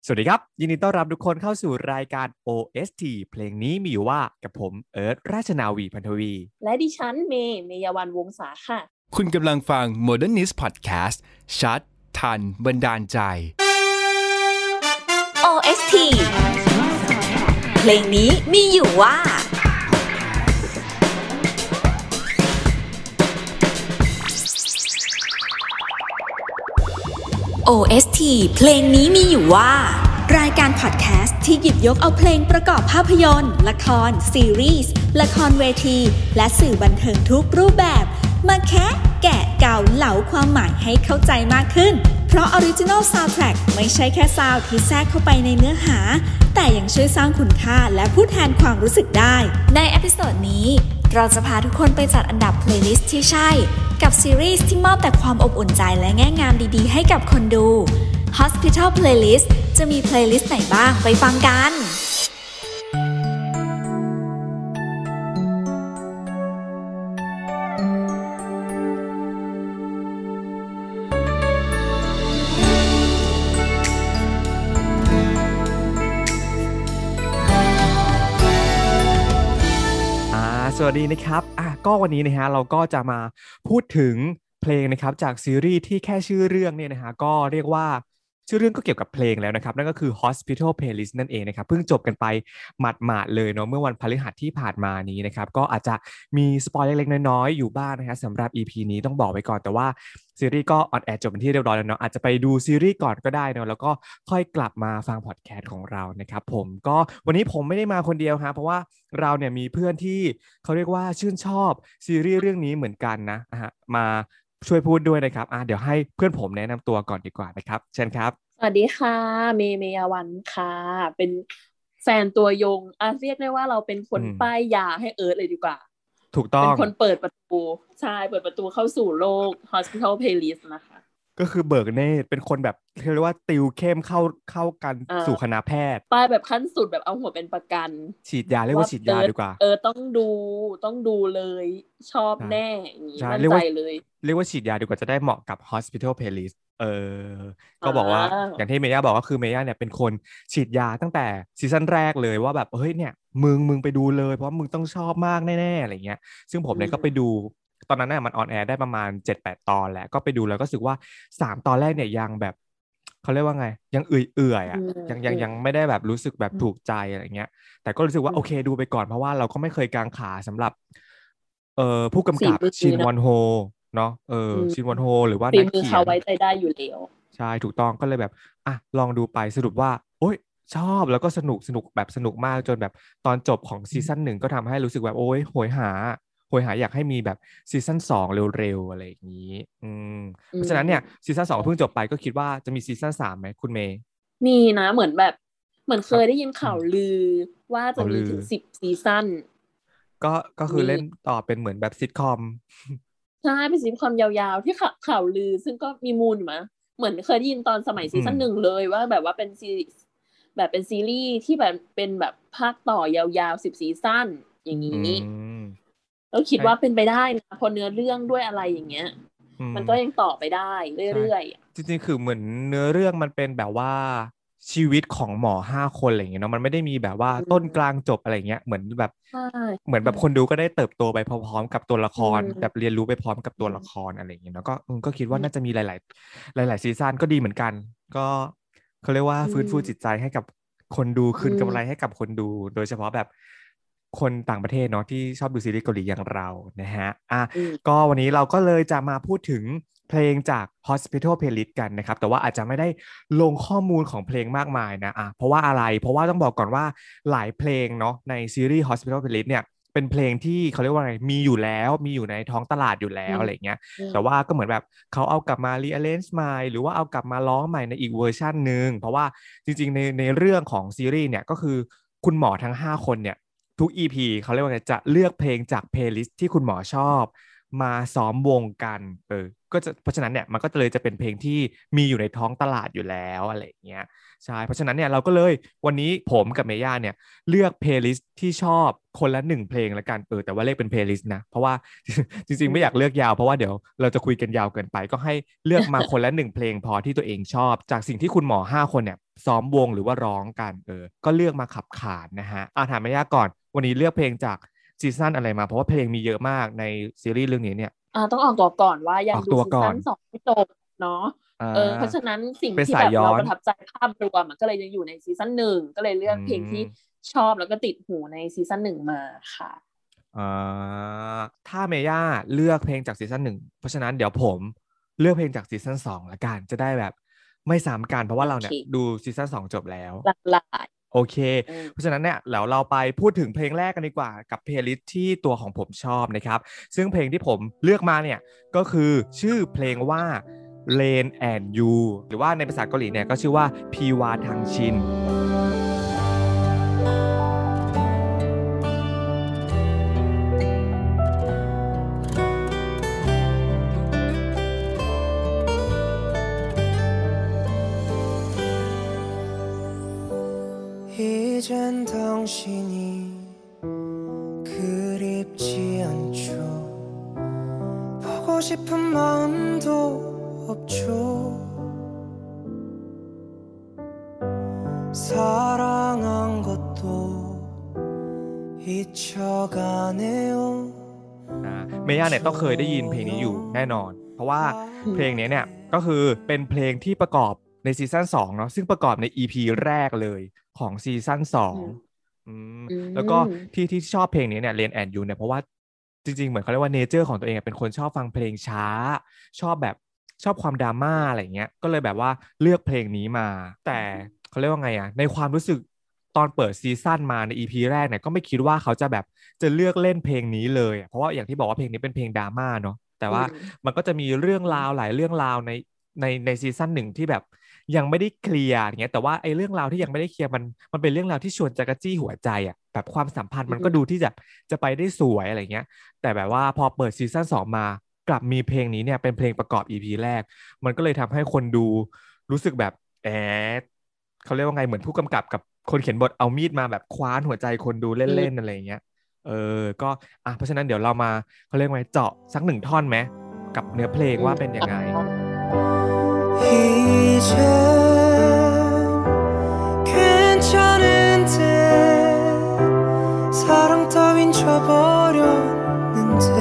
สวัสดีครับยินดีต้อนรับทุกคนเข้าสู่รายการ OST เพลงนี้มีอยู่ว่ากับผมเอิร์ธราชนาวีพันธวีและดิฉันเมยาวันวงศาค่ะคุณกำลังฟัง Modernist Podcast ชัดทันบันดาลใจ OST เพลงนี้มีอยู่ว่าOST เพลงนี้มีอยู่ว่ารายการพอดแคสต์ที่หยิบยกเอาเพลงประกอบภาพยนตร์ละครซีรีส์ละครเวทีและสื่อบันเทิงทุกรูปแบบมาแคะแกะเก่าเหลาความหมายให้เข้าใจมากขึ้นเพราะ Original Soundtrack ไม่ใช่แค่ซาวด์ที่แทรกเข้าไปในเนื้อหาแต่ยังช่วยสร้างคุณค่าและพูดแทนความรู้สึกได้ในเอพิโซดนี้เราจะพาทุกคนไปจัดอันดับเพลย์ลิสต์ที่ใช่กับซีรีส์ที่มอบแต่ความอบอุ่นใจและแง่งามดีๆให้กับคนดู Hospital Playlist จะมีเพลย์ลิสต์ไหนบ้างไปฟังกันสวัสดีนะครับก็วันนี้นะฮะเราก็จะมาพูดถึงเพลงนะครับจากซีรีส์ที่แค่ชื่อเรื่องเนี่ยนะฮะก็เรียกว่าชื่อเรื่องก็เกี่ยวกับเพลงแล้วนะครับนั่นก็คือ Hospital Playlist นั่นเองนะครับเพิ่งจบกันไปหมาดๆเลยเนาะเมื่อวันพฤหัสที่ผ่านมานี้นะครับก็อาจจะมีสปอยเล็กๆน้อยๆอยู่บ้างนะฮะสำหรับ EP นี้ต้องบอกไว้ก่อนแต่ว่าซีรีส์ก็ออนแอร์จบเป็นที่เรียบร้อยแล้วเนาะอาจจะไปดูซีรีส์ก่อนก็ได้เนาะแล้วก็ค่อยกลับมาฟังพอดแคสต์ของเรานะครับผมก็วันนี้ผมไม่ได้มาคนเดียวครับเพราะว่าเราเนี่ยมีเพื่อนที่เขาเรียกว่าชื่นชอบซีรีส์เรื่องนี้เหมือนกันนะมาช่วยพูดด้วยนะครับเดี๋ยวให้เพื่อนผมแนะนำตัวก่อนดีกว่านะครับเชิญครับสวัสดีค่ะเมยาวันค่ะเป็นแฟนตัวยงเรียกได้ว่าเราเป็นคนป้ายยาให้เอิร์ธเลยดีกว่าถูกต้องเป็นคนเปิดประตูใช่เปิดประตูเข้าสู่โลก Hospital Playlist นะคะก็คือเบิกเนตเป็นคนแบบเรียกว่าติวเข้มเข้ากันสู่คณะแพทย์ป้ายแบบขั้นสุดแบบเอาหัวเป็นประกันฉีดยาเรียกว่าฉีดยาดีกว่าต้องดูเลยชอบแน่อย่างนี้มั่นใจเลยเรียกว่าฉีดยาดีกว่าจะได้เหมาะกับ Hospital Playlist ก็บอกว่าอย่างที่เมย่าบอกก็คือเมย่าเนี่ยเป็นคนฉีดยาตั้งแต่ซีซั่นแรกเลยว่าแบบเฮ้ยเนี่ยมึงไปดูเลยเพราะมึงต้องชอบมากแน่ๆอะไรเงี้ยซึ่งผมเนี่ยก็ไปดูตอนนั้นน่ะมันออนแอร์ได้ประมาณ 7-8 ตอนแล้วก็ไปดูแล้วก็รู้สึกว่า3ตอนแรกเนี่ยยังแบบเขาเรียกว่าไงยังเอื่อยๆยังไม่ได้แบบรู้สึกแบบถูกใจอะไรเงี้ยแต่ก็รู้สึกว่าโอเคดูไปก่อนเพราะว่าเราก็ไม่เคยกางขาสำหรับผู้กำกับชินวอนโฮเนาะชินวอนโฮหรือว่านักเขียนเขาไว้ใจได้อยู่แล้วใช่ถูกต้องก็เลยแบบลองดูไปสรุปว่าโอ๊ยชอบแล้วก็สนุกแบบสนุกมากจนแบบตอนจบของซีซั่น1ก็ทำให้รู้สึกแบบโอ๊ยโหยหาอยากให้มีแบบซีซั่น2เร็วๆอะไรอย่างนี้เพราะฉะนั้นเนี่ยซีซั่น2เพิ่งจบไปก็คิดว่าจะมีซีซั่น3ไหมคุณเมย์มีนะเหมือนเคยได้ยินข่าวลือว่าจะมีถึง10ซีซั่นก็คือเล่นต่อเป็นเหมือนแบบซิทคอมใช่เป็นซีรีส์ความยาวๆที่ข่าวลือซึ่งก็มีมูลอยู่มั้ยเหมือนเคยได้ยินตอนสมัยซีซั่น1เลยว่าแบบว่าเป็นซีรีส์ที่แบบเป็นแบบภาคต่อยาวๆ10ซีซั่นอย่างนี้เราคิดว่าเป็นไปได้นะพอเนื้อเรื่องด้วยอะไรอย่างเงี้ยมันก็ยังต่อไปได้เรื่อยๆจริงๆคือเหมือนเนื้อเรื่องมันเป็นแบบว่าชีวิตของหมอ5คนอะไรอย่างเงี้ยเนาะมันไม่ได้มีแบบว่าต้นกลางจบอะไรเงี้ยเหมือนแบบคนดูก็ได้เติบโตไปพร้อมๆกับตัวละครแบบเรียนรู้ไปพร้อมกับตัวละครอะไรอย่างเงี้ยเนาะก็คิดว่าน่าจะมีหลายซีซั่นก็ดีเหมือนกันก็เขาเรียกว่าฟื้นฟูจิตใจให้กับคนดูคืนกำไรให้กับคนดูโดยเฉพาะแบบคนต่างประเทศเนาะที่ชอบดูซีรีส์เกาหลีอย่างเรานะฮะก็วันนี้เราก็เลยจะมาพูดถึงเพลงจาก Hospital Playlist กันนะครับแต่ว่าอาจจะไม่ได้ลงข้อมูลของเพลงมากมายนะเพราะว่าอะไรเพราะว่าต้องบอกก่อนว่าหลายเพลงเนาะในซีรีส์ Hospital Playlist เนี่ยเป็นเพลงที่เขาเรียกว่าไงมีอยู่แล้วมีอยู่ในท้องตลาดอยู่แล้วอะไรเงี้ยแต่ว่าก็เหมือนแบบเขาเอากลับมา rearrange ใหม่หรือว่าเอากลับมาร้องใหม่ในอีกเวอร์ชันนึงเพราะว่าจริงๆในเรื่องของซีรีส์เนี่ยก็คือคุณหมอทั้ง5คนเนี่ยทุก EP เขาเรียกว่าไงจะเลือกเพลงจากเพลย์ลิสต์ที่คุณหมอชอบมาซ้อมวงกันก็จะเพราะฉะนั้นเนี่ยมันก็เลยจะเป็นเพลงที่มีอยู่ในท้องตลาดอยู่แล้วอะไรอย่างเงี้ยใช่เพราะฉะนั้นเนี่ยเราก็เลยวันนี้ผมกับเมย่าเนี่ยเลือกเพลย์ลิสต์ที่ชอบคนละ1เพลงละกันแต่ว่าเรียกเป็นเพลย์ลิสต์นะเพราะว่า จริงๆไม่อยากเลือกยาวเพราะว่าเดี๋ยวเราจะคุยกันยาวเกินไปก็ให้เลือกมาคนละ1เพลงพอที่ตัวเองชอบจากสิ่งที่คุณหมอ5คนเนี่ยซ้อมวงหรือว่าร้องกันก็เลือกมาขับขานนะฮะถามเมย่าก่อนวันนี้เลือกเพลงจากซีซั่นอะไรมาเพราะว่าเพลงมีเยอะมากในซีรีส์เรื่องนี้เนี่ยต้องออกตัวก่อนว่ายังดูซีซั่น2ไม่จบเนาะเพราะฉะนั้นสิ่งที่แบบเราประทับใจภาพรวมก็เลยยังอยู่ในซีซั่น1ก็เลยเลือกเพลงที่ชอบแล้วก็ติดหูในซีซั่น1มาค่ะถ้าเมย่าเลือกเพลงจากซีซั่น1เพราะฉะนั้นเดี๋ยวผมเลือกเพลงจากซีซั่น2ละกันจะได้แบบไม่ซ้ำกันเพราะว่าเราเนี่ยดูซีซั่น2จบแล้วหลากหลายโอเคเพราะฉะนั้นเนี่ยแล้วเราไปพูดถึงเพลงแรกกันดีกว่ากับเพลย์ลิสต์ที่ตัวของผมชอบนะครับซึ่งเพลงที่ผมเลือกมาเนี่ยก็คือชื่อเพลงว่า Rain and You หรือว่าในภาษาเกาหลีเนี่ยก็ชื่อว่าพีวาทังชิน 이젠 당신이 그립지 않죠 보고 싶은 마음도 없죠 사랑한 것도 잊혀가네요 เมย่าเนี่ยต้องเคยได้ยินเพลงนี้อยู่แน่นอนเพราะว่าเพลงนี้เนี่ยก็คือเป็นเพลงที่ประกอบในซีซั่น2เนาะซึ่งประกอบใน EP แรกเลยของซีซั่น2แล้วก็ที่ชอบเพลงนี้เนี่ย Rain and You เนี่ยเพราะว่าจริงๆเหมือนเขาเรียกว่าเนเจอร์ของตัวเองเป็นคนชอบฟังเพลงช้าชอบความดราม่าอะไรเงี้ยก็เลยแบบว่าเลือกเพลงนี้มาแต่เขาเรียกว่าไงในความรู้สึกตอนเปิดซีซั่นมาใน EP แรกเนี่ยก็ไม่คิดว่าเขาจะเลือกเล่นเพลงนี้เลยเพราะว่าอย่างที่บอกว่าเพลงนี้เป็นเพลงดราม่าเนาะแต่ว่ามันก็จะมีเรื่องราวหลายเรื่องราวในซีซั่น1ที่แบบยังไม่ได้เคลียร์อย่างเงี้ยแต่ว่าไอ้เรื่องราวที่ยังไม่ได้เคลียร์มันเป็นเรื่องราวที่ชวนจักรจี้หัวใจแบบความสัมพันธ์มันก็ดูที่จะไปได้สวยอะไรเงี้ยแต่แบบว่าพอเปิดซีซั่น2มากลับมีเพลงนี้เนี่ยเป็นเพลงประกอบ EP แรกมันก็เลยทำให้คนดูรู้สึกแบบเขาเรียกว่าไงเหมือนผู้กำกับกับคนเขียนบทเอามีดมาแบบคว้านหัวใจคนดูเล่นๆอะไรเงี้ยก็เพราะฉะนั้นเดี๋ยวเรามาเขาเรียกว่าเจาะสัก1ท่อนไหมกับเนื้อเพลงว่าเป็นยังไง 이제 괜찮은데 사랑 따윈 져버렸는데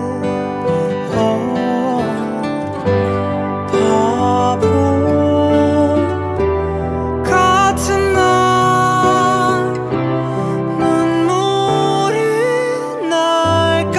바보 같은 날 눈물이 날까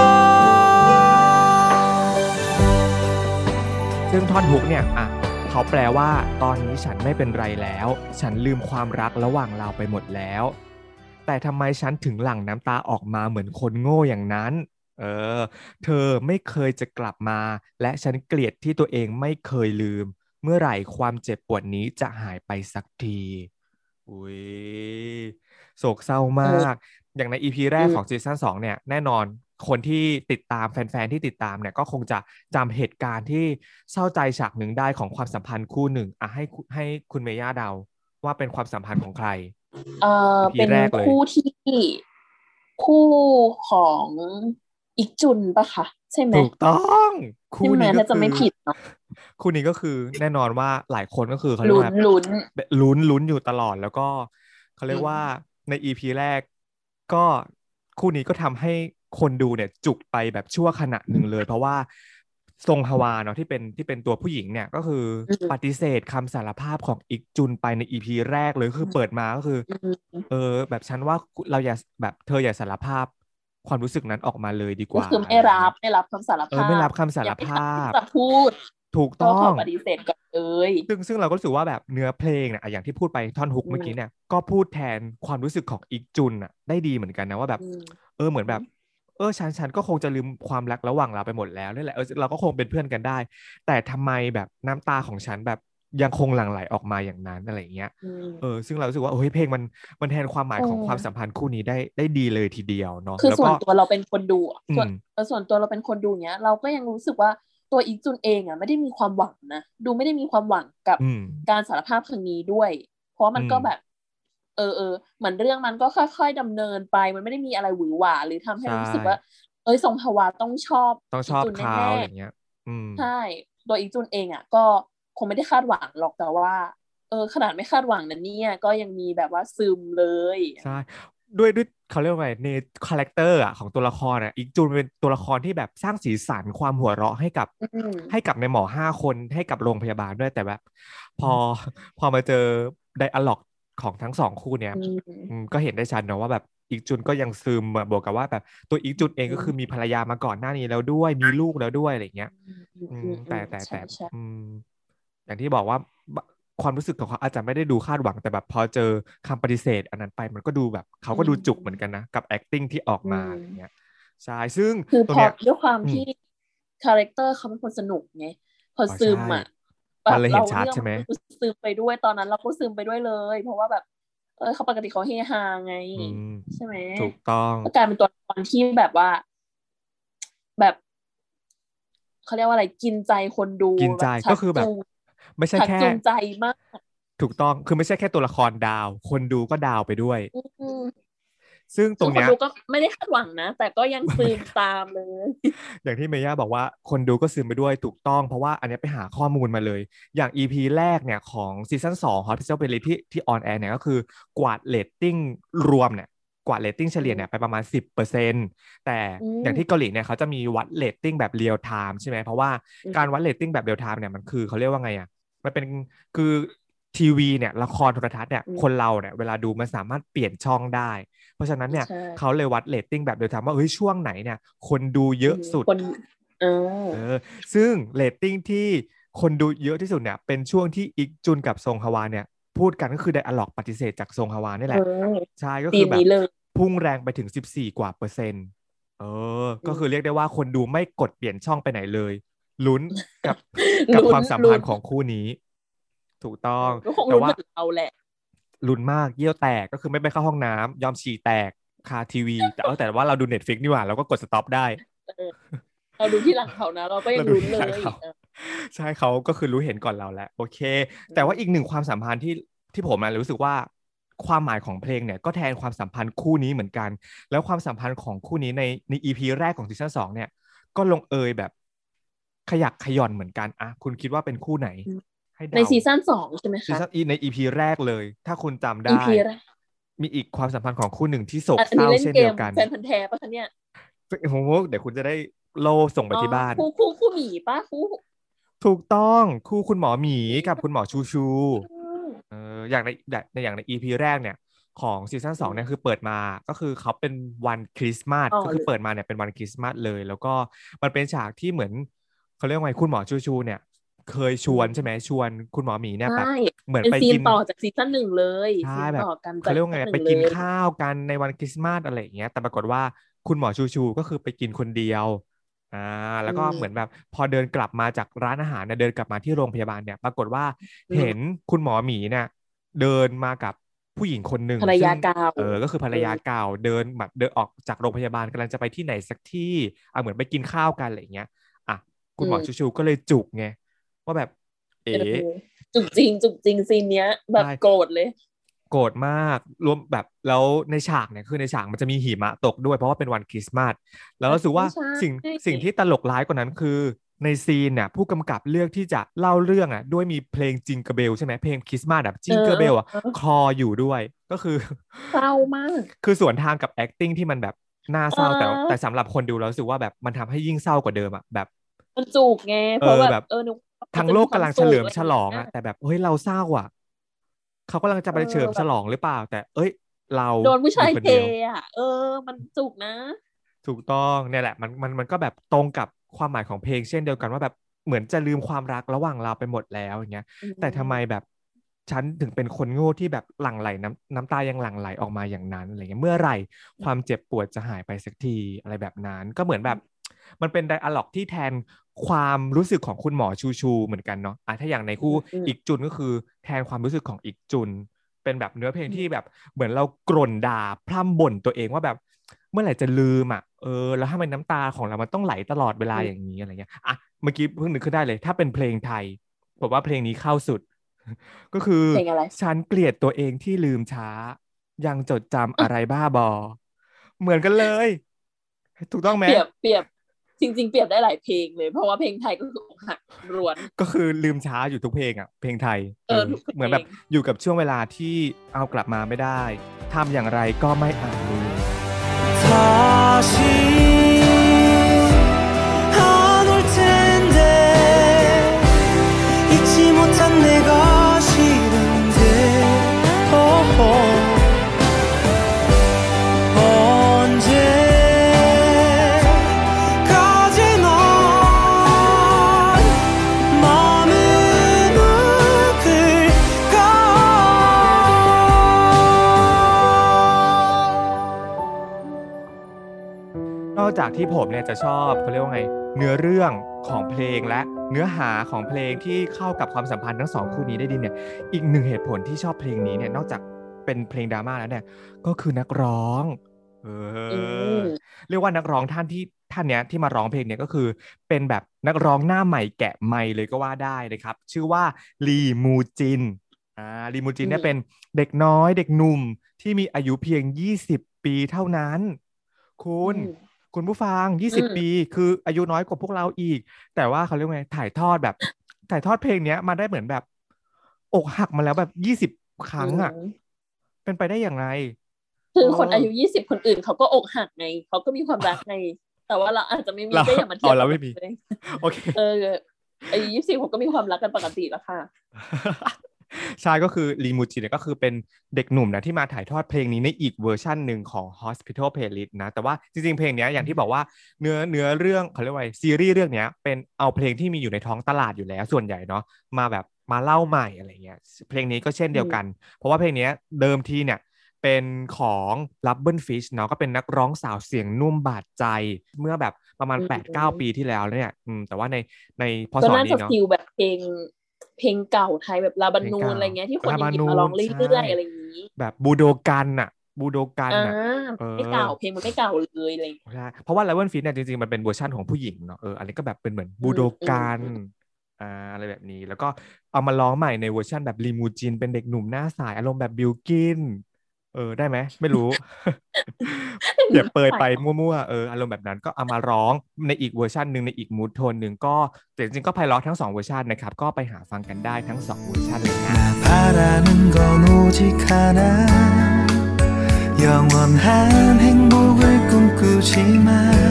ซึ่งท่อนฮุกเนี่ยเขาแปลว่าตอนนี้ฉันไม่เป็นไรแล้วฉันลืมความรักระหว่างเราไปหมดแล้วแต่ทำไมฉันถึงหลั่งน้ำตาออกมาเหมือนคนโง่อย่างนั้นเธอไม่เคยจะกลับมาและฉันเกลียดที่ตัวเองไม่เคยลืมเมื่อไหร่ความเจ็บปวดนี้จะหายไปสักทีอุ้ยโศกเศร้ามากอย่างใน EP แรกของซีซั่น2เนี่ยแน่นอนคนที่ติดตามแฟนๆที่ติดตามเนี่ยก็คงจะจำเหตุการณ์ที่เศร้าใจฉากหนึ่งได้ของความสัมพันธ์คู่หนึ่งให้คุณเมย่าเดาว่าเป็นความสัมพันธ์ของใครเป็นคู่ที่คู่ของอิกจุนปะคะใช่ไหมถูกต้องคู่นี้ถ้าจะไม่ผิดเนาะคู่นี้ก็คือแน่นอนว่าหลายคนก็คือเขาเรียกว่าลุ้นอยู่ตลอดแล้วก็เขาเรียกว่าใน EP แรกก็คู่นี้ก็ทำให้คนดูเนี่ยจุกไปแบบชั่วขณะหนึ่งเลยเพราะว่าซงฮวาเนาะที่เป็นตัวผู้หญิงเนี่ยก็คือปฏิเสธคำสารภาพของอิกจุนไปใน EP แรกเลยคือเปิดมาก็คือแบบฉันว่าเราอย่าแบบเธออย่าสารภาพความรู้สึกนั้นออกมาเลยดีกว่าคือไม่รับคำสารภาพไม่รับคำสารภาพจะพูดถูกต้องปฏิเสธกันเลยซึ่งเราก็รู้สึกว่าแบบเนื้อเพลงเนี่ยอย่างที่พูดไปท่อนฮุกเมื่อกี้เนี่ยก็พูดแทนความรู้สึกของอิกจุนได้ดีเหมือนกันนะว่าแบบเหมือนแบบฉันก็คงจะลืมความรักระหว่างเราไปหมดแล้วนี่แหละเราก็คงเป็นเพื่อนกันได้แต่ทำไมแบบน้ำตาของฉันแบบยังคงหลั่งไหลออกมาอย่างนั้นอะไรเงี้ยซึ่งเรารู้สึกว่าเพลงมันแทนความหมายของความสัมพันธ์คู่นี้ได้ดีเลยทีเดียวเนาะคือแล้วส่วก็นตัวเราเป็นคนดูส่วนตัวเราเป็นคนดูเนี้ยเราก็ยังรู้สึกว่าตัวอีกจุนเองอ่ะไม่ได้มีความหวังนะดูไม่ได้มีความหวังกับการสารภาพครั้งนี้ด้วยเพราะมันก็แบบเหมือนเรื่องมันก็ค่อยๆดำเนินไปมันไม่ได้มีอะไรหวือหวาหรือทำให้รู้สึกว่าทรงฮวาต้องชอบอีกจุนแน่ๆอะไรเงี้ยใช่ตัวอีกจุนเองอ่ะก็คงไม่ได้คาดหวังหรอกแต่ว่าขนาดไม่คาดหวังนั้นเนี่ยก็ยังมีแบบว่าซึมเลยใช่ด้วยเขาเรียกว่าไงในคาแรคเตอร์ของตัวละครอีกจุนเป็นตัวละครที่แบบสร้างสีสันความหัวเราะให้กับในหมอ5 คนให้กับโรงพยาบาลด้วยแต่แบบพอมาเจอไดอะล็อกของทั้ง2 คู่เนี้ยก็เห็นได้ชัดเนาะว่าแบบอีกจุนก็ยังซึมบวกกับว่าแบบตัวอีกจุนเองก็คือมีภรรยามาก่อนหน้านี้แล้วด้วยมีลูกแล้วด้วยอะไรเงี้ยแต่อย่างที่บอกว่าความรู้สึกของเขาอาจจะไม่ได้ดูคาดหวังแต่แบบพอเจอคำปฏิเสธอันนั้นไปมันก็ดูแบบเขาก็ดูจุกเหมือนกันนะกับ acting ที่ออกมาอย่างเงี้ยใช่ซึ่งคือพอตรงเนี้ยด้วยความที่คาแรคเตอร์เขาเป็นคนสนุกไงพอซึมมันเลยเห็นชัดใช่ไหมซึมไปด้วยตอนนั้นเราก็ซึมไปด้วยเลยเพราะว่าแบบเขาปกติเขาเฮฮาไงใช่ไหมถูกต้องก็กลายเป็นตัวละครที่แบบว่าแบบเขาเรียกว่าอะไรกินใจคนดูกินใจก็คือแบบไม่ใช่แค่จูงใจมากถูกต้องคือไม่ใช่แค่ตัวละครดาวคนดูก็ดาวไปด้วยซึ่งตรงเนี้ยคนดูก็ไม่ได้คาดหวังนะแต่ก็ยังซึมตามเลยอย่างที่เมย่าบอกว่าคนดูก็ซึมไปด้วยถูกต้องเพราะว่าอันนี้ไปหาข้อมูลมาเลยอย่าง EP แรกเนี่ยของซีซั่น2 Hospital Playlist ที่ออนแอร์เนี่ยก็คือกวาดเรตติ้งรวมเนี่ยกว่าเรตติ้งเฉลี่ยเนี่ยไปประมาณ 10%แต่อย่างที่เกาหลีเนี่ยเขาจะมีวัดเรตติ้งแบบเรียลไทม์ใช่ไหมเพราะว่าการวัดเรตติ้งแบบเรียลไทม์เนี่ยมันคือเขาเรียกว่าไงอ่ะมันเป็นคือทีวีเนี่ยละครโทรทัศน์เนี่ยคนเราเนี่ยเวลาดูมันสามารถเปลี่ยนช่องได้เพราะฉะนั้นเนี่ยเขาเลยวัดเรตติ้งแบบเรียลไทม์ว่าช่วงไหนเนี่ยคนดูเยอะสุดซึ่งเรตติ้งที่คนดูเยอะที่สุดเนี่ยเป็นช่วงที่อิกจุนกับซงฮวาเนี่ยพูดกันก็คือไดอะล็อกปฏิเสธจากซงฮวานี่แหละใช่ก็คือแบบพุ่งแรงไปถึง14%ก็คือเรียกได้ว่าคนดูไม่กดเปลี่ยนช่องไปไหนเลยลุ้นกับความสัมพันธ์ของคู่นี้ถูกต้องแต่ว่าเราแหละลุ้นมากเยี่ยวแตกก็คือไม่ไปเข้าห้องน้ำยอมฉี่แตกคาทีวีแต่ว่าเราดู Netflix นี่หว่าเราก็กดสต็อปได้เราดูที่หลังเขานะเราก็ยังลุ้นเลยใช่เขาก็คือรู้เห็นก่อนเราแหละโอเคแต่ว่าอีกหนึ่งความสัมพันธ์ที่ผมรู้สึกว่าความหมายของเพลงเนี่ยก็แทนความสัมพันธ์คู่นี้เหมือนกันแล้วความสัมพันธ์ของคู่นี้ใน EP แรกของซีซั่น2เนี่ยก็ลงเอยแบบขยักขย่อนเหมือนกันอ่ะคุณคิดว่าเป็นคู่ไหนในซีซั่น2ใช่ไหมคะใน EP แรกเลยถ้าคุณจำได้มีอีกความสัมพันธ์ของคู่หนึ่งที่โศกเศร้าเช่นเดียวกันแฟนพันธุ์แท้ปะคะเนี่ยโอ้โหเดี๋ยวคุณจะได้โล่ส่งไปที่บ้านคู่หมีปะคู่ถูกต้องคู่คุณหมอหมีกับคุณหมอชูอย่างใน EP แรกเนี่ยของซีซั่น2เนี่ยคือเปิดมาก็คือเขาเป็นวันคริสต์มาสก็คือเปิดมาเนี่ยเป็นวันคริสต์มาสเลยแล้วก็มันเป็นฉากที่เหมือนเขาเรียกว่าไงคุณหมอชูเนี่ยเคยชวนใช่ไหมชวนคุณหมอหมีเนี่ยแบบเหมือนไปกินต่อจากซีซั่น1เลยใช่แบบเขาเรียกว่าไงไปกินข้าวกันในวันคริสต์มาสอะไรอย่างเงี้ยแต่ปรากฏว่าคุณหมอชูก็คือไปกินคนเดียวแล้วก็เหมือนแบบพอเดินกลับมาจากร้านอาหารเนี่ยเดินกลับมาที่โรงพยาบาลเนี่ยปรากฏว่าเห็นคุณหมอหมีเนี่ยเดินมากับผู้หญิงคนหนึ่งภรรยาเก่าก็คือภรรยาเก่าเดินออกจากโรงพยาบาลกำลังจะไปที่ไหนสักที่เหมือนไปกินข้าวกันอะไรอย่างเงี้ยคุณหมอชูก็เลยจุกไงว่าแบบจุกจริงซีนเนี้ยแบบโกรธเลยโกรธมากรวมแบบแล้วในฉากเนี่ยคือในฉากมันจะมีหิมะตกด้วยเพราะว่าเป็นวันคริสต์มาสแล้วรู้สึกว่าสิ่งที่ตลกร้ายกว่านั้นคือในซีนเนี่ยผู้กำกับเลือกที่จะเล่าเรื่องด้วยมีเพลงจิงเกอร์เบลใช่ไหมเพลงคริสต์มาสแบบจิงเกอร์เบลคลออยู่ด้วยก็คือเศร้ามากคือสวนทางกับ acting ที่มันแบบน่าเศร้าแต่สำหรับคนดูเรารู้สึกว่าแบบมันทำให้ยิ่งเศร้ากว่าเดิมแบบมันจุกไงเพราะแบบทั้งโลกกำลังเฉลิมฉลองแต่แบบเฮ้ยเราเศร้าเขากำลังจะไปเฉลิมฉลองหรือเปล่าแต่เราโดนผู้ชายเทมันจุกนะถูกต้องเนี่ยแหละมันก็แบบตรงกับความหมายของเพลงเช่นเดียวกันว่าแบบเหมือนจะลืมความรักระหว่างเราไปหมดแล้วอย่างเงี้ยแต่ทำไมแบบฉันถึงเป็นคนโง่ที่แบบหลั่งไหลน้ำตายังหลั่งไหลออกมาอย่างนั้นอะไรเงี้ยเมื่อไหร่ความเจ็บปวดจะหายไปสักทีอะไรแบบนั้นก็เหมือนแบบมันเป็นไดอะล็อกที่แทนความรู้สึกของคุณหมอชูเหมือนกันเนาะถ้าอย่างในคู่อีกจุนก็คือแทนความรู้สึกของอีกจุนเป็นแบบเนื้อเพลงที่แบบเหมือนเรากร่นด่าพร่ำบ่นตัวเองว่าแบบเมื่อไหร่จะลืมแล้วทำไมน้ำตาของเรามันต้องไหลตลอดเวลาอย่างนี้อะไรเงี้ยเมื่อกี้เพิ่งนึกขึ้นได้เลยถ้าเป็นเพลงไทยผมว่าเพลงนี้เข้าสุดก็คือเพลงอะไรฉันเกลียดตัวเองที่ลืมช้ายังจดจำอะไรบ้าบอเหมือนกันเลยถูกต้องไหมเปรียบจริงๆเปรียบได้หลายเพลงเลยเพราะว่าเพลงไทยก็คืออกหักล้วนก็คือลืมช้าอยู่ทุกเพลงเพลงไทยทุกเพลงเหมือนแบบอยู่กับช่วงเวลาที่เอากลับมาไม่ได้ทำอย่างไรก็ไม่อาจลืม 다시 안 올 텐데 잊지 못한 내가 싫은데 언제까지 넌 마음을 묶을까 นอกจากที่ผมเนี่ยจะชอบเขาเรียกว่าไงเนื้อเรื่องของเพลงและเนื้อหาของเพลงที่เข้ากับความสัมพันธ์ทั้งสองคู่นี้ได้ดีเนี่ยอีกหนึ่งเหตุผลที่ชอบเพลงนี้เนี่ยนอกจากเป็นเพลงดราม่าแล้วเนี่ยก็คือนักร้องเรียกว่านักร้องท่านเนี้ยที่มาร้องเพลงเนี่ยก็คือเป็นแบบนักร้องหน้าใหม่แกะไมค์เลยก็ว่าได้นะครับชื่อว่าลีมูจินลีมูจินเนี่ยเป็นเด็กน้อยเด็กหนุ่มที่มีอายุเพียง20 ปีเท่านั้นคุณผู้ฟัง20 ปีคืออายุน้อยกว่าพวกเราอีกแต่ว่าเขาเรียกว่าไงถ่ายทอดเพลงเนี้ยมาได้เหมือนแบบอกหักมาแล้วแบบ20 ครั้งเป็นไปได้อย่างไรคือคนอายุ20คนอื่นเขาก็อกหักไงเขาก็มีความรักไงแต่ว่าเราอาจจะไม่มีก็อย่ามาเทียบเราไม่มีโอเคอายุ20ผมก็มีความรักกันปกติแล้วค่ะใช่ก็คือลีมูจิเนี่ยก็คือเป็นเด็กหนุ่มนะที่มาถ่ายทอดเพลงนี้ในอีกเวอร์ชันหนึ่งของ Hospital Playlist นะแต่ว่าจริงๆเพลงนี้อย่างที่บอกว่าเนื้อเรื่องเขาเรียกว่าซีรีส์เรื่องนี้เป็นเอาเพลงที่มีอยู่ในท้องตลาดอยู่แล้วส่วนใหญ่เนาะมาเล่าใหม่อะไรเงี้ยเพลงนี้ก็เช่นเดียวกันเพราะว่าเพลงนี้เดิมทีเนี่ยเป็นของ Rubber Fish เนาะก็เป็นนักร้องสาวเสียงนุ่มบาดใจเมื่อแบบประมาณ 8-9 ปีที่แล้วเนี่ยแต่ว่าในพศนี้เนาะก็น่าจะฟิลแบบเพลงเก่าไทยแบบลาบานูนอะไรเงี้ยที่คนหยิบมาร้องเรื่อยๆอะไรอย่างนี้แบบบูโดกันไม่เก่าเพลงมันไม่เก่าเลยอะไรใช่เพราะว่า Rubber Fish เนี่ยจริงๆมันเป็นเวอร์ชันของผู้หญิงเนาะอันนี้ก็แบบเป็นเหมือนบูโดกันอะไรแบบนี้แล้วก็เอามาร้องใหม่ในเวอร์ชันแบบลีมูจินเป็นเด็กหนุ่มหน้าใสอารมณ์แบบบิลกินได้ไหมไม่รู้ เปรียบเปยไปมั่วๆอารมณ์แบบนั้นก็เอามาร้องในอีกเวอร์ชันหนึ่งในอีกมูดโทนหนึ่งก็แต่จริงๆก็ไพเราะทั้ง2เวอร์ชันนะครับก็ไปหาฟังกันได้ทั้ง2เวอร์ชันเลยนะ 바라는 건 오직 하나 영원한 행복을 꿈꾸지만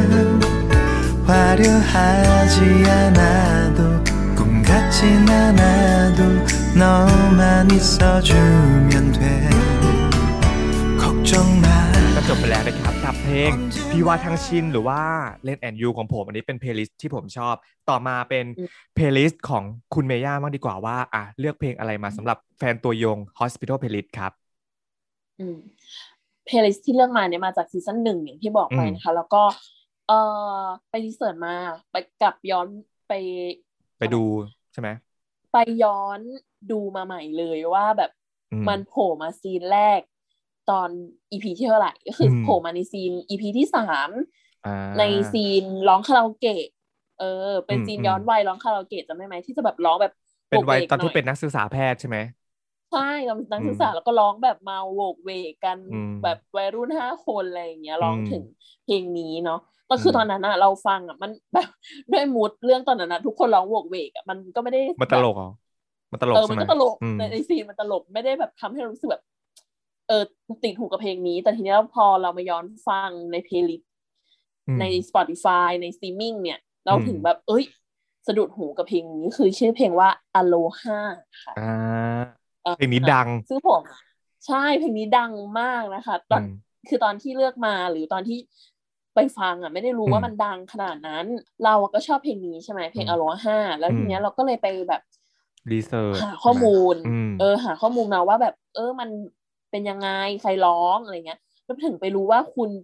화려하지 않아도 꿈 같진 않아도 너만 있어주면 돼 걱정 마 ก็จบไปแล้วนะครับกับเพลงพี่ว่าทั้งชินหรือว่าเล่นแอนยูของผมอันนี้เป็นเพลย์ลิสต์ที่ผมชอบต่อมาเป็นเพลย์ลิสต์ของคุณเมย่าบ้างดีกว่าว่าเลือกเพลงอะไรมาสำหรับแฟนตัวยง Hospital Playlist ครับเพลย์ลิสต์ที่เลือกมาเนี่ยมาจากซีซั่น1อย่างที่บอกไปนะคะแล้วก็ไปรีเสิร์ชมาไปกลับย้อนไปดูใช่ไหมไปย้อนดูมาใหม่เลยว่าแบบมันโผล่มาซีนแรกตอน EP ที่เท่าไหร่ก็คือโผล่มาในซีน EP ที่3ในซีนร้องคาราโอเกะเป็นซีนย้อนวัยร้องคาราโอเกะจำได้ไหมที่จะแบบร้องแบบเป็นวัยตอนที่เป็นนักศึกษาแพทย์ใช่ไหมใช่ตอนนักศึกษาแล้วก็ร้องแบบเมาโวกเวกกันแบบวัยรุ่น5 คนอะไรอย่างเงี้ยร้องถึงเพลงนี้เนาะก็คือตอนนั้นเราฟังมันแบบด้วยมูดเรื่องตอนนั้นทุกคนร้องโวกเวกมันก็ไม่ได้มันตลกมันตลกมันก็ตลกในซีนมันตลกไม่ได้แบบทำให้รู้สึกแบบติดหูกับเพลงนี้แต่ทีนี้พอเรามาย้อนฟังในเพลย์ลิสต์ใน Spotify ในสตรีมมิ่งเนี่ยเราถึงแบบสะดุดหูกับเพลงนี้คือชื่อเพลงว่า Aloha ค่ะเพลงนี้ดังซึ่งผมใช่เพลงนี้ดังมากนะคะตอนที่เลือกมาหรือตอนที่ไปฟังไม่ได้รู้ว่ามันดังขนาดนั้นเราก็ชอบเพลงนี้ใช่ไหมเพลง Aloha แล้วทีนี้เราก็เลยไปแบบรีเสิร์ชหาข้อมูลหาข้อมูลมาว่าแบบมันเป็นยังไงใครร้องอะไรเงี้ยแล้วถึงไปรู้ว่าคุณ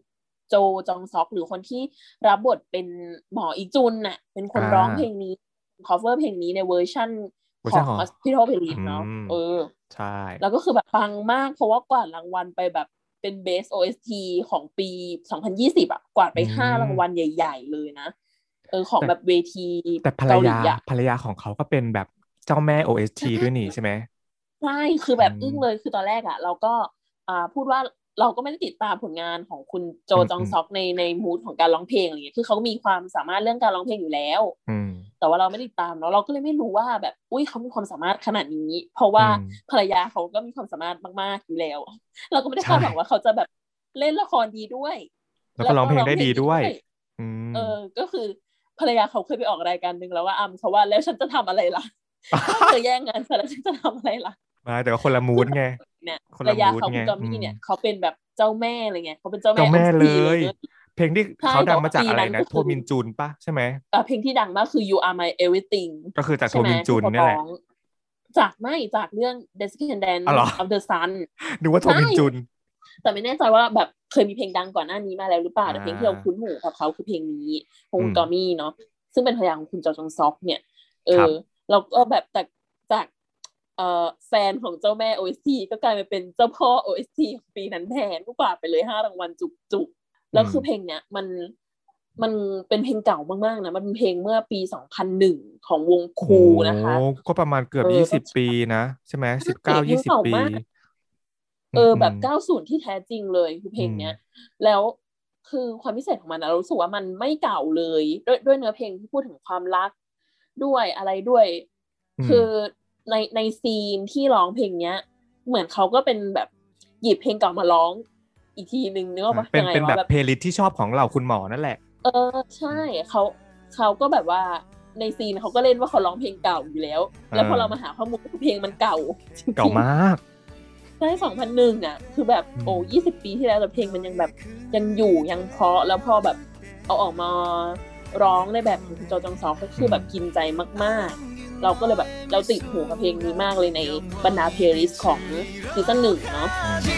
โจจองซอกหรือคนที่รับบทเป็นหมออีจุนน่ะเป็นคนร้องเพลงนี้ cover เพลงนี้ในเวอร์ชั่นของ Hospital Playlist เนาะใช่แล้วก็คือแบบปังมากเพราะว่ากวาดรางวัลไปแบบเป็น Best OST ของปี2020อ่ะกวาดไป5รางวัลใหญ่ๆเลยนะของแบบเวทีแต่ภรรยาของเขาก็เป็นแบบเจ้าแม่ OST ด้วยนี่ใช่ไหมใช่คือแบบอึ้งเลยคือตอนแรกอ่ะเราก็พูดว่าเราก็ไม่ได้ติดตามผลงานของคุณโจจองซอกในมูดของการร้องเพลงอะไรอย่างเงี้ยคือเขามีความสามารถเรื่องการร้องเพลงอยู่แล้วแต่ว่าเราไม่ได้ติดตามเนาะเราก็เลยไม่รู้ว่าแบบอุ้ยเขามีความสามารถขนาดนี้เพราะว่าภรรยาเขาก็มีความสามารถมากๆอยู่แล้วเราก็ไม่ได้คาดหวังว่าเขาจะแบบเล่นละครดีด้วยแล้วก็ร้องเพลงได้ดีด้วยก็คือภรรยาเขาเคยไปออกรายการนึงแล้วว่าเขาว่าแล้วฉันจะทำอะไรล่ะถ้าเธอแย่งงานฉันแล้วฉันจะทำอะไรล่ะแต่ว่าคนละมูดไงเนี่ยภรรยาเขาคุณกอมี่เนี่ยเขาเป็นแบบเจ้าแม่อะไรเงี้ยเขาเป็นเจ้าแม่เลยเพลงที่เขาดังมาจากอะไรนะโทมินจุนป่ะใช่ไหมเพลงที่ดังมากคือ You Are My Everything ก็คือจากโทมินจุนนี่แหละจากเรื่อง Descendants of the Sun นึกว่าโทมินจุนแต่ไม่แน่ใจว่าแบบเคยมีเพลงดังก่อนหน้านี้มาแล้วหรือเปล่าแต่เพลงที่เราคุ้นหูกับเขาคือเพลงนี้ของคุณกอมี่เนาะซึ่งเป็นภรรยาของคุณจอจงซอกเนี่ยเราก็แบบจากแฟนของเจ้าแม่ OST ก็กลายมาเป็นเจ้าพ่อ OST ของปีนั้นแทนก็กวาดไปเลย5รางวัลจุกๆแล้วคือเพลงเนี้ยมันเป็นเพลงเก่ามากๆนะมันเป็นเพลงเมื่อปี2001ของวงคูนะคะก็ประมาณเกือบ20ปีนะใช่ไหม19-20ปีแบบ90ที่แท้จริงเลยคือเพลงเนี้ยแล้วคือความพิเศษของมันนะเรารู้สึกว่ามันไม่เก่าเลยด้วยเนื้อเพลงที่พูดถึงความรักด้วยอะไรด้วยคือในซีนที่ร้องเพลงเนี้ยเหมือนเขาก็เป็นแบบหยิบเพลงเก่ามาร้องอีกทีนึงนึกออกปะเป็นแบบเพลย์ลิสต์ที่ชอบของเราคุณหมอนั่นแหละใช่เขาก็แบบว่าในซีนเขาก็เล่นว่าเขาร้องเพลงเก่าอยู่แล้วแล้วพอเรามาหาข้อมูลเพลงมันเก่ามากใช่2001อ่ะคือแบบ20ปีที่แล้วแต่เพลงมันยังแบบยังอยู่ยังเพราะแล้วพอแบบเอาออกมาร้องในแบบของคุณโจจองซอกก็คือแบบกินใจมากๆเราก็เลยแบบเราติดหูกับเพลงนี้มากเลยในบรรดาเพลย์ลิสต์ของซีซั่น1เนาะ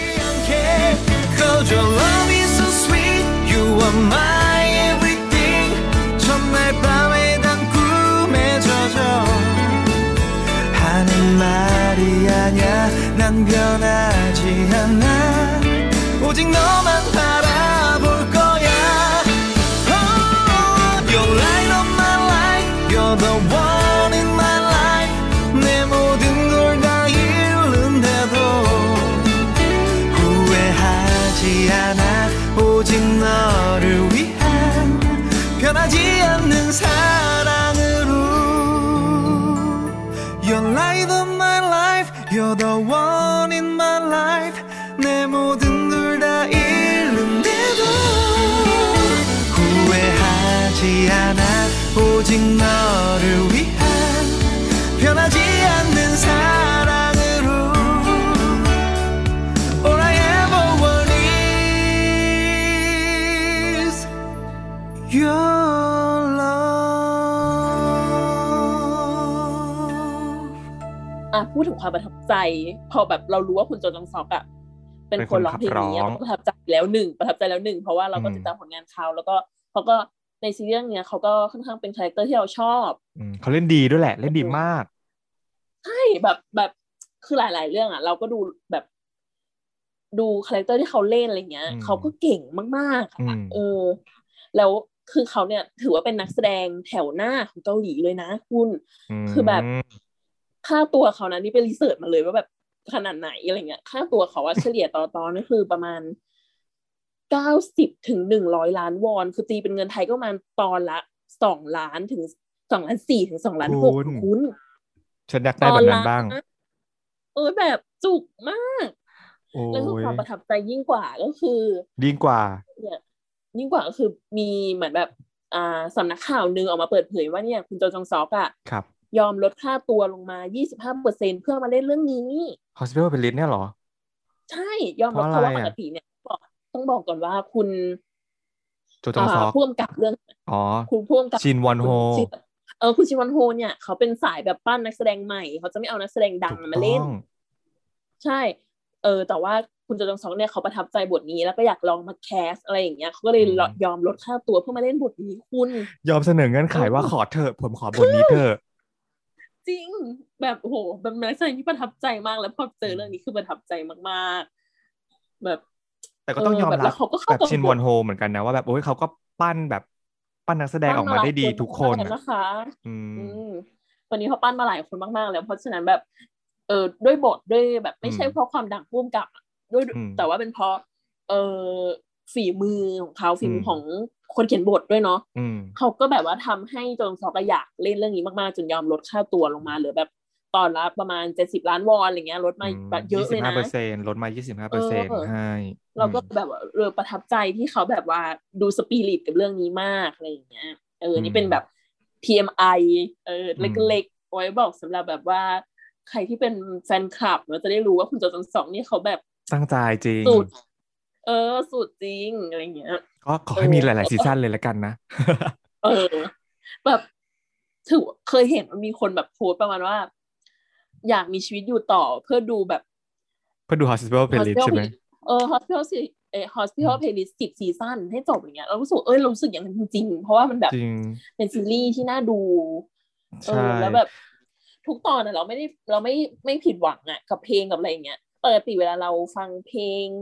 난 변하지 않아 오직 너만 바라볼 거야 You're light of my life You're the one in my life 내 모든 걸 다 잃는데도 후회하지 않아 오직 너를 위한 변하지 않는 사랑으로 You're light of my life You're the one in my life 내 모든 걸 다 잃는데도 후회하지 않아 오직 너를 위한 변하지 않는 사랑으로 All I ever want is your พูดถึงความประทับใจพอแบบเรารู้ว่าคุณโจจองซอกอ่ะเป็นคนร้องเพลงนี้ประทับใจแล้วหนึ่งเพราะว่าเราก็ติดตามผลงานเขาแล้วก็เขาก็ในซีรีส์เนี้ยเขาก็ค่อนข้างเป็นคาแรคเตอร์ที่เราชอบเขาเล่นดีด้วยแหละเล่นดีมากใช่แบบคือหลายๆเรื่องอ่ะเราก็ดูแบบดูคาแรคเตอร์ที่เขาเล่นอะไรเงี้ยเขาก็เก่งมากๆแล้วคือเขาเนี่ยถือว่าเป็นนักแสดงแถวหน้าของเกาหลีเลยนะคุณคือแบบค่าตัวเขานะนี่ไปรีเสิร์ชมาเลยว่าแบบขนาดไหนอะไรเงี้ยค่าตัวเขาเฉลี่ยต่อนี่คือประมาณ90ถึง100ล้านวอนคือตีเป็นเงินไทยก็ประมาณตอนละ2ล้านถึง2ล้าน4ถึง2ล้าน6คุณฉันอยากได้แบบนั้นบ้างแบบจุกมากแล้วก็ความประทับใจยิ่งกว่าก็คือยิ่งกว่าก็คือมีเหมือนแบบสำนักข่าวนึงออกมาเปิดเผยว่าเนี่ยคุณโจจองซอกอ่ะยอมลดค่าตัวลงมา 25% เพื่อมาเล่นเรื่องนี้ Hospital Playlist เนี่ยหรอใช่ยอมลดเพราะว่าปกติเนี่ยต้องบอกก่อนว่าคุณโจจองซอกผู้กำกับเรื่องคุณผู้กำกับชินวอนโฮคุณชินวอนโฮเนี่ยเขาเป็นสายแบบปั้นนักแสดงใหม่เขาจะไม่เอานักแสดงดังมาเล่นใช่แต่ว่าคุณจงซอกเนี่ยเขาประทับใจบทนี้แล้วก็อยากลองมาแคสอะไรอย่างเงี้ยเขาก็เลยยอมลดค่าตัวเพื่อมาเล่นบทนี้คุณยอมเสนอเงื่อนไขว่าขอเถอะผมขอบทนี้เถอะจริงแบบโอ้โหเป็นนักแสดงที่ประทับใจมากแล้วพอเจอเรื่องนี้คือประทับใจมากๆแบบแต่ก็ต้องยอมรับแบบชินวอนโฮเหมือนกันนะว่าแบบโอ้ยเขาก็ปั้นนักแสดงออกมาได้ดีทุกคนนะคะวันนี้เขาปั้นมาหลายคนมากๆแล้วเพราะฉะนั้นแบบด้วยบทด้วยแบบไม่ใช่เพราะความดังพุ่มกับด้วยแต่ว่าเป็นเพราะฝีมือของเขาฝีมือของคนเขียนบทด้วยเนาะเขาก็แบบว่าทำให้จงซอกอยากเล่นเรื่องนี้มากๆจนยอมลดค่าตัวลงมาเหลือแบบตอนละประมาณ70 ล้านวอนอะไรเงี้ยลดมาแบบเยอะเลยนะ 25% ลดมา 25% ให้เราก็แบบว่าประทับใจที่เขาแบบว่าดูสปิริตกับเรื่องนี้มากอะไรอย่างเงี้ยนี่เป็นแบบ TMI เล็กๆไว้บอกสำหรับแบบว่าใครที่เป็นแฟนคลับเราจะได้รู้ว่าคุณจงซอกนี่เขาแบบตั้งใจจริงสุดสุดจริงอะไรเงี้ยก็ขอให้มีหลายๆซีซั่นเลยละกันนะแบบถือเคยเห็นมีคนแบบโพสประมาณว่าอยากมีชีวิตอยู่ต่อเพื่อดูแบบเพื่อดู Hospital Playlist ใช่ไหม Hospital Playlist 10 ซีซั่นให้จบอย่างเงี้ยเรารู้สึกรู้สึกอย่างนั้นจริงๆเพราะว่ามันแบบเป็นซีรีส์ที่น่าดูแล้วแบบทุกตอนเราไม่ผิดหวังอ่ะกับเพลงกับอะไรอย่างเงี้ยปกติเวลาเราฟังเพลง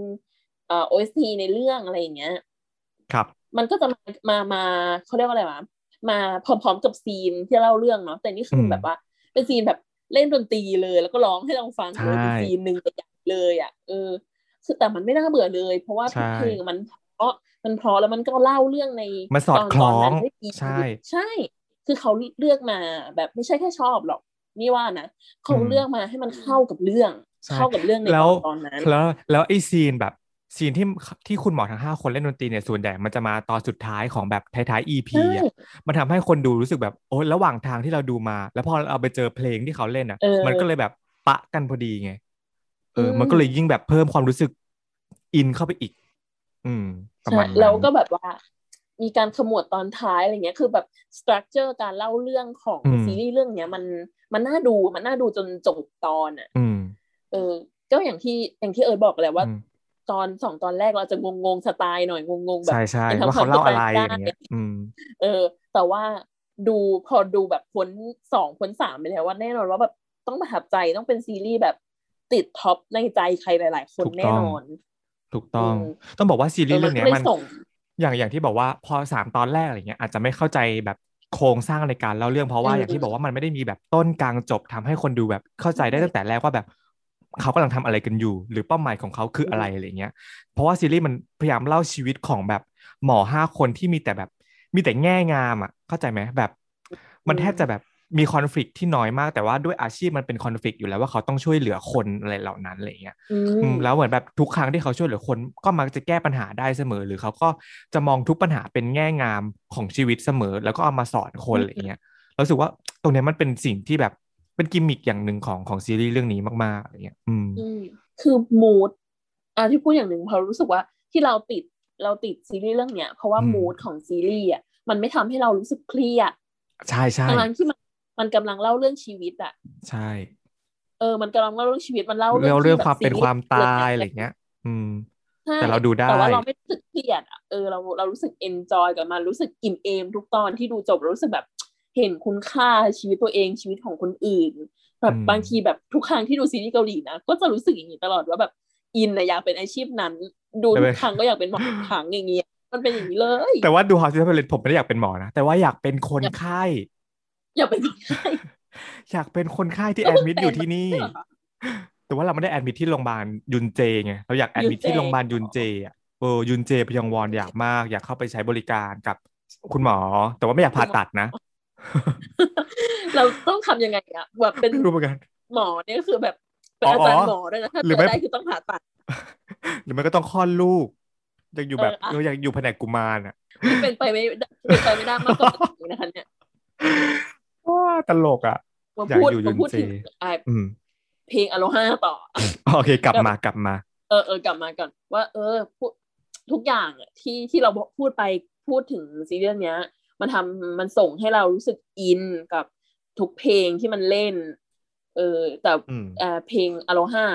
OST ในเรื่องอะไรอย่างเงี้ยครับมันก็จะมาเขาเรียกว่าอะไรวะมาพร้อมๆกับซีนที่เล่าเรื่องเนาะแต่นี่คือแบบว่าเป็นซีนแบบเล่นดนตรีเลยแล้วก็ร้องให้เราฟังเลยเป็นซีนนึงเลยอ่ะคือแต่มันไม่น่าเบื่อเลยเพราะว่าทุกเพลงมันเพราะแล้วมันก็เล่าเรื่องในตอนนั้นได้ดีใช่คือเขาเลือกมาแบบไม่ใช่แค่ชอบหรอกนี่ว่านะเขาเลือกมาให้มันเข้ากับเรื่องในตอนนั้นแล้วไอ้ซีนแบบซีนที่คุณหมอทั้ง5 คนเล่นดนตรีเนี่ยส่วนใหญ่มันจะมาตอนสุดท้ายของแบบท้ายๆ EP อ่ะมันทำให้คนดูรู้สึกแบบโอ้ระหว่างทางที่เราดูมาแล้วพอเราไปเจอเพลงที่เขาเล่นอ่ะมันก็เลยแบบปะกันพอดีไงมันก็เลยยิ่งแบบเพิ่มความรู้สึกอินเข้าไปอีกประมาณนั้นแล้วก็แบบว่ามีการขมวดตอนท้ายอะไรเงี้ยคือแบบสตรัคเจอร์การเล่าเรื่องของซีรีส์เรื่องเนี้ยมันน่าดูจนจบตอนอ่ะก็อย่างที่บอกแหละว่าตอน2 ตอนแรกเราจะงงสไตล์หน่อยงงแบบใช่ว่าเขาเล่าอะไรอย่างเงี้ยแต่ว่าพอดูแบบพ้น2 พ้น 3ไปแล้วว่าแน่นอนว่าแบบต้องประทับใจต้องเป็นซีรีส์แบบติดท็อปในใจใครหลายๆคนแน่นอนถูกต้องบอกว่าซีรีส์เรื่องนี้มันอย่างที่บอกว่าพอ3 ตอนแรกอะไรเงี้ยอาจจะไม่เข้าใจแบบโครงสร้างในการเล่าเรื่องเพราะว่าอย่างที่บอกว่ามันไม่ได้มีแบบต้นกลางจบทำให้คนดูแบบเข้าใจได้ตั้งแต่แรกว่าแบบเขากำลังทำอะไรกันอยู่หรือเป้าหมายของเขาคืออะไรอะไรเงี้ยเพราะว่าซีรีส์มันพยายามเล่าชีวิตของแบบหมอ5 คนที่มีแต่แง่งามอ่ะเข้าใจไหมแบบมันแทบจะแบบมีคอนฟลิกต์ที่น้อยมากแต่ว่าด้วยอาชีพมันเป็นคอนฟลิกต์อยู่แล้วว่าเขาต้องช่วยเหลือคนอะไรเหล่านั้นอะไรเงี้ยแล้วเหมือนแบบทุกครั้งที่เขาช่วยเหลือคนก็มักจะแก้ปัญหาได้เสมอหรือเขาก็จะมองทุกปัญหาเป็นแง่งามของชีวิตเสมอแล้วก็เอามาสอนคนอะไรเงี้ยเราสึกว่าตรงนี้มันเป็นสิ่งที่แบบเป็นกิมมิคอย่างหนึ่งของซีรีส์เรื่องนี้มากๆอะไรเงี้ยคือมูดที่พูดอย่างหนึ่งเพราะรู้สึกว่าที่เราติดซีรีส์เรื่องเนี้ยเพราะว่ามูดของซีรีส์อ่ะมันไม่ทำให้เรารู้สึกเครียดใช่ทั้งที่มันกำลังเล่าเรื่องชีวิตอ่ะใช่มันกำลังเล่าเรื่องชีวิตมันเล่าเรื่องความเป็นความตายอะไรเงี้ยแต่เราดูได้แต่ว่าเราไม่รู้สึกเครียดอ่ะเรารู้สึกเอนจอยกับมันรู้สึกอิ่มเอมทุกตอนที่ดูจบรู้สึกแบบเห็นคุณค่าชีวิตตัวเองชีวิตของคนอื่นแบบบางทีแบบทุกครั้งที่ดูซีรีส์เกาหลีนะก็จะรู้สึกอย่างนี้ตลอดว่าแบบอินนะอยากเป็นอาชีพนั้นดูทุกครั้งก็อยากเป็นหมอทุกครั้งอย่างเงี้ยมันเป็นอย่างนี้เลยแต่ว่าดู Hospital Playlist ผมไม่ได้อยากเป็นหมอนะแต่ว่าอยากเป็นคนไข้อยากเป็นคนไข้อยากเป็นคนไข้ที่แอดมิดอยู่ที่นี่แต่ว่าเราไม่ได้แอดมิดที่โรงพยาบาลยุนเจไงเราอยากแอดมิดที่โรงพยาบาลยุนเจอ่ะยุนเจพยองวอนอยากมากอยากเข้าไปใช้บริการกับคุณหมอแต่ว่าไม่อยากผ่าตัดนะเราต้องทำยังไงอะแบบเป็นหมอเนี่ยคือแบบเป็นอาจารย์หมอด้วยนะถ้าเจอได้คือต้องผ่าตัดหรือไม่ก็ต้องคลอดลูกอยากอยู่แบบอยากอยู่แผนกกุมารอ่ะเป็นไปไม่ได้มากกว่านี้นะคะเนี่ยว้าตลกอ่ะอยากอยู่ยุนเจเพลงอโลฮาต่อโอเคกลับมากลับมาก่อนว่าทุกอย่างที่เราพูดถึงซีรีส์เนี้ยมันส่งให้เรารู้สึกอินกับทุกเพลงที่มันเล่นแต่เพลงอโลฮา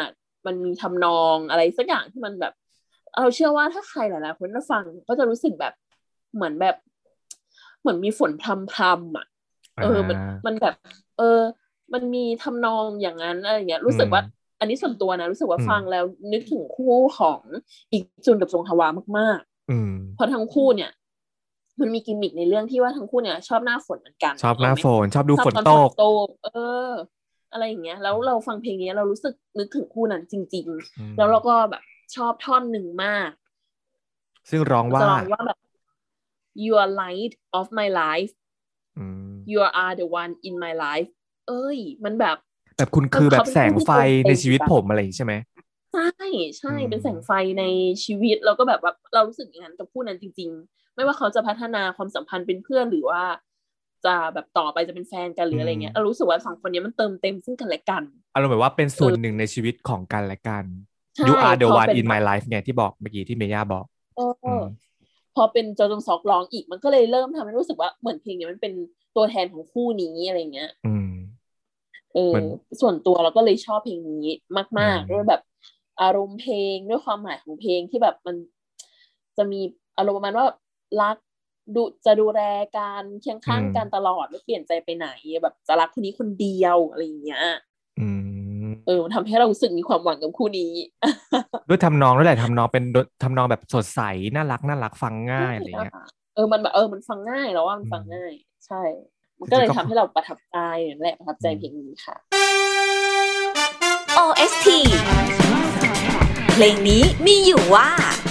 มันมีทำนองอะไรสักอย่างที่มันแบบเราเชื่อว่าถ้าใครหลายๆคนได้ฟังก็จะรู้สึกแบบเหมือนมีฝนพรำๆอ่ะมันแบบมันมีทำนองอย่างนั้นอะไรอย่างเงี้ยรู้สึกว่าอันนี้ส่วนตัวนะรู้สึกว่าฟังแล้วนึกถึงคู่ของอีกจุนกับซงฮวามากๆเพราะทั้งคู่เนี่ยมันมีกิมมิคในเรื่องที่ว่าทั้งคู่เนี่ยชอบหน้าฝนเหมือนกันชอบหน้าฝนชอบดูฝนตกอะไรอย่างเงี้ยแล้วเราฟังเพลงนี้เรารู้สึกนึกถึงคู่นั้นจริงๆแล้วเราก็แบบชอบท่อนหนึ่งมากซึ่งร้องว่าแบบ you are light of my life you are the one in my life มันแบบคุณคือแบบแสงไฟในชีวิตผมอะไรใช่ไหมใช่เป็นแสงไฟในชีวิตแล้วก็แบบว่าเรารู้สึกอย่างนั้นกับคู่นั้นจริงๆไม่ว่าเขาจะพัฒนาความสัมพันธ์เป็นเพื่อนหรือว่าจะแบบต่อไปจะเป็นแฟนกันหรืออะไรเงี้ยเรารู้สึกว่าสองคนนี้มันเติมเต็มซึ่งกันและกันอารมณ์แบบว่าเป็นส่วนหนึ่งในชีวิตของกันและกัน You are the one in my life ไงที่บอกเมื่อกี้ที่เมย่าบอกพอเป็นโจจงซอกร้องอีกมันก็เลยเริ่มทำให้รู้สึกว่าเหมือนเพลงนี้มันเป็นตัวแทนของคู่นี้อะไรเงี้ยส่วนตัวเราก็เลยชอบเพลงนี้มากๆด้วยแบบอารมณ์เพลงด้วยความหมายของเพลงที่แบบมันจะมีอารมณ์ประมาณว่ารักจะดูแลกันเคียงข้างกันตลอดไม่เปลี่ยนใจไปไหนแบบจะรักคนนี้คนเดียวอะไรอย่างเงี้ยมันทำให้เรารู้สึกมีความหวังกับคู่นี้ด้วยทำนองด้วยแหละทำนองเป็นทำนองแบบสดใสน่ารักฟังง่ายอะไรเงี้ยมันแบบมันฟังง่ายแล้วว่ามันฟังง่ายใช่มันก็เลยทำให้เราประทับใจนั่นแหละประทับใจเพลงนี้ค่ะ OST เพลงนี้มีอยู่ว่า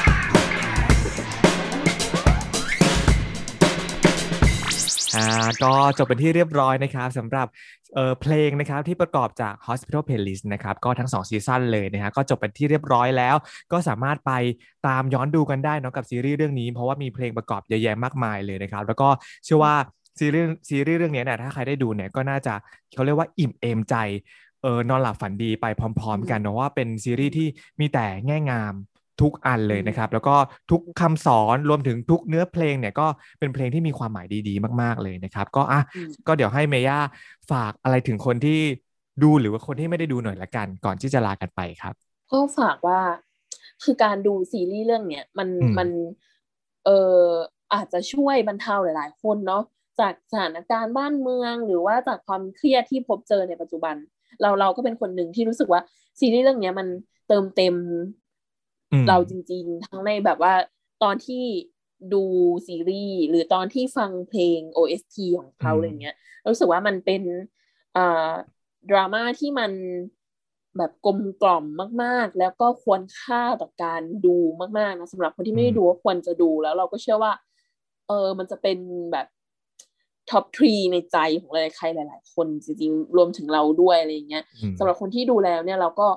ก็จบเป็นที่เรียบร้อยนะครับสำหรับเพลงนะครับที่ประกอบจาก Hospital Playlist นะครับก็ทั้ง2ซีซั่นเลยนะฮะก็จบเป็นที่เรียบร้อยแล้วก็สามารถไปตามย้อนดูกันได้เนาะกับซีรีส์เรื่องนี้เพราะว่ามีเพลงประกอบเยอะแยะมากมายเลยนะครับแล้วก็เชื่อว่าซีรีส์เรื่องนี้เนี่ยถ้าใครได้ดูเนี่ยก็น่าจะเขาเรียกว่าอิ่มเอมใจนอนหลับฝันดีไปพร้อมๆกันเนาะว่าเป็นซีรีส์ที่มีแต่แง่งามทุกอันเลยนะครับแล้วก็ทุกคำสอนรวมถึงทุกเนื้อเพลงเนี่ยก็เป็นเพลงที่มีความหมายดีๆมากๆเลยนะครับก็เดี๋ยวให้เมย่าฝากอะไรถึงคนที่ดูหรือว่าคนที่ไม่ได้ดูหน่อยละกันก่อนที่จะลากันไปครับก็ฝากว่าคือการดูซีรีส์เรื่องเนี้ยมันอาจจะช่วยบรรเทาหลายๆคนเนาะจากสถานการณ์บ้านเมืองหรือว่าจากความเครียดที่พบเจอในปัจจุบันเราก็เป็นคนหนึ่งที่รู้สึกว่าซีรีส์เรื่องนี้มันเติมเต็มเราจริงๆทั้งในแบบว่าตอนที่ดูซีรีส์หรือตอนที่ฟังเพลง OST ของเขาอะไรเงี้ยรู้สึกว่ามันเป็นดราม่าที่มันแบบกลมกล่อมมากๆแล้วก็ควรค่าต่อการดูมากๆนะสำหรับคนที่ไม่ได้ดูก็ควรจะดูแล้วเราก็เชื่อว่ามันจะเป็นแบบท็อป 3 ในใจของใครหลายๆคนจริงๆรวมถึงเราด้วยอะไรอย่างเงี้ยสำหรับคนที่ดูแล้วเนี่ยเราก็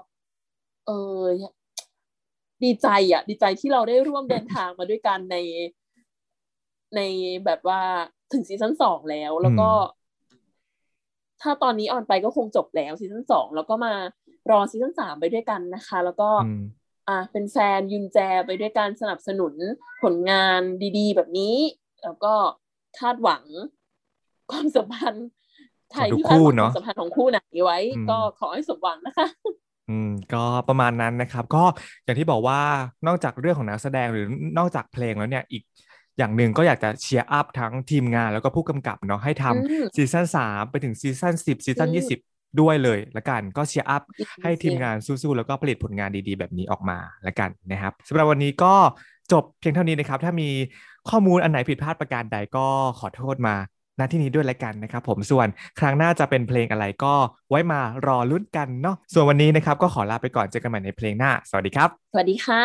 ดีใจที่เราได้ร่วมเดินทางมาด้วยกันในแบบว่าถึงซีซั่น2แล้วก็ถ้าตอนนี้ออนไปก็คงจบแล้วซีซั่น2แล้วก็มารอซีซั่น3ไปด้วยกันนะคะแล้วก็เป็นแฟนยุนแจไปด้วยกันสนับสนุนผลงานดีๆแบบนี้แล้วก็คาดหวังความสัมพันธ์ไทยที่คาดหวังความสัมพันธ์ของคู่ไหนไว้ก็ขอให้สมหวังนะคะก็ประมาณนั้นนะครับก็อย่างที่บอกว่านอกจากเรื่องของนักแสดงหรือนอกจากเพลงแล้วเนี่ยอีกอย่างหนึ่งก็อยากจะเชียร์อัพทั้งทีมงานแล้วก็ผู้กำกับเนาะให้ทำซีซั่น3ไปถึงซีซั่น10ซีซั่น20ด้วยเลยละกันก็เชียร์อัพให้ทีมงานสู้ๆแล้วก็ผลิตผลงานดีๆแบบนี้ออกมาละกันนะครับสำหรับวันนี้ก็จบเพียงเท่านี้นะครับถ้ามีข้อมูลอันไหนผิดพลาดประการใดก็ขอโทษมาณที่นี้ด้วยละกันนะครับผมส่วนครั้งหน้าจะเป็นเพลงอะไรก็ไว้มารอลุ้นกันเนาะส่วนวันนี้นะครับก็ขอลาไปก่อนเจอกันใหม่ในเพลงหน้าสวัสดีครับสวัสดีค่ะ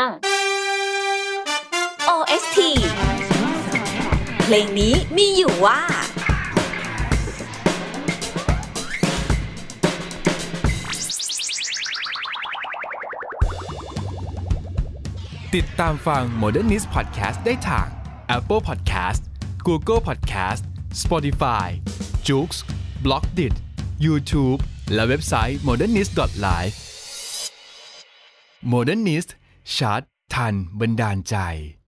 OST เพลงนี้มีอยู่ว่าติดตามฟัง Modernist Podcast ได้ทาง Apple Podcast Google Podcast Spotify Joox Blockdit YouTube และเว็บไซต์ modernist.live Modernist ชาร์ตทันบันดาลใจ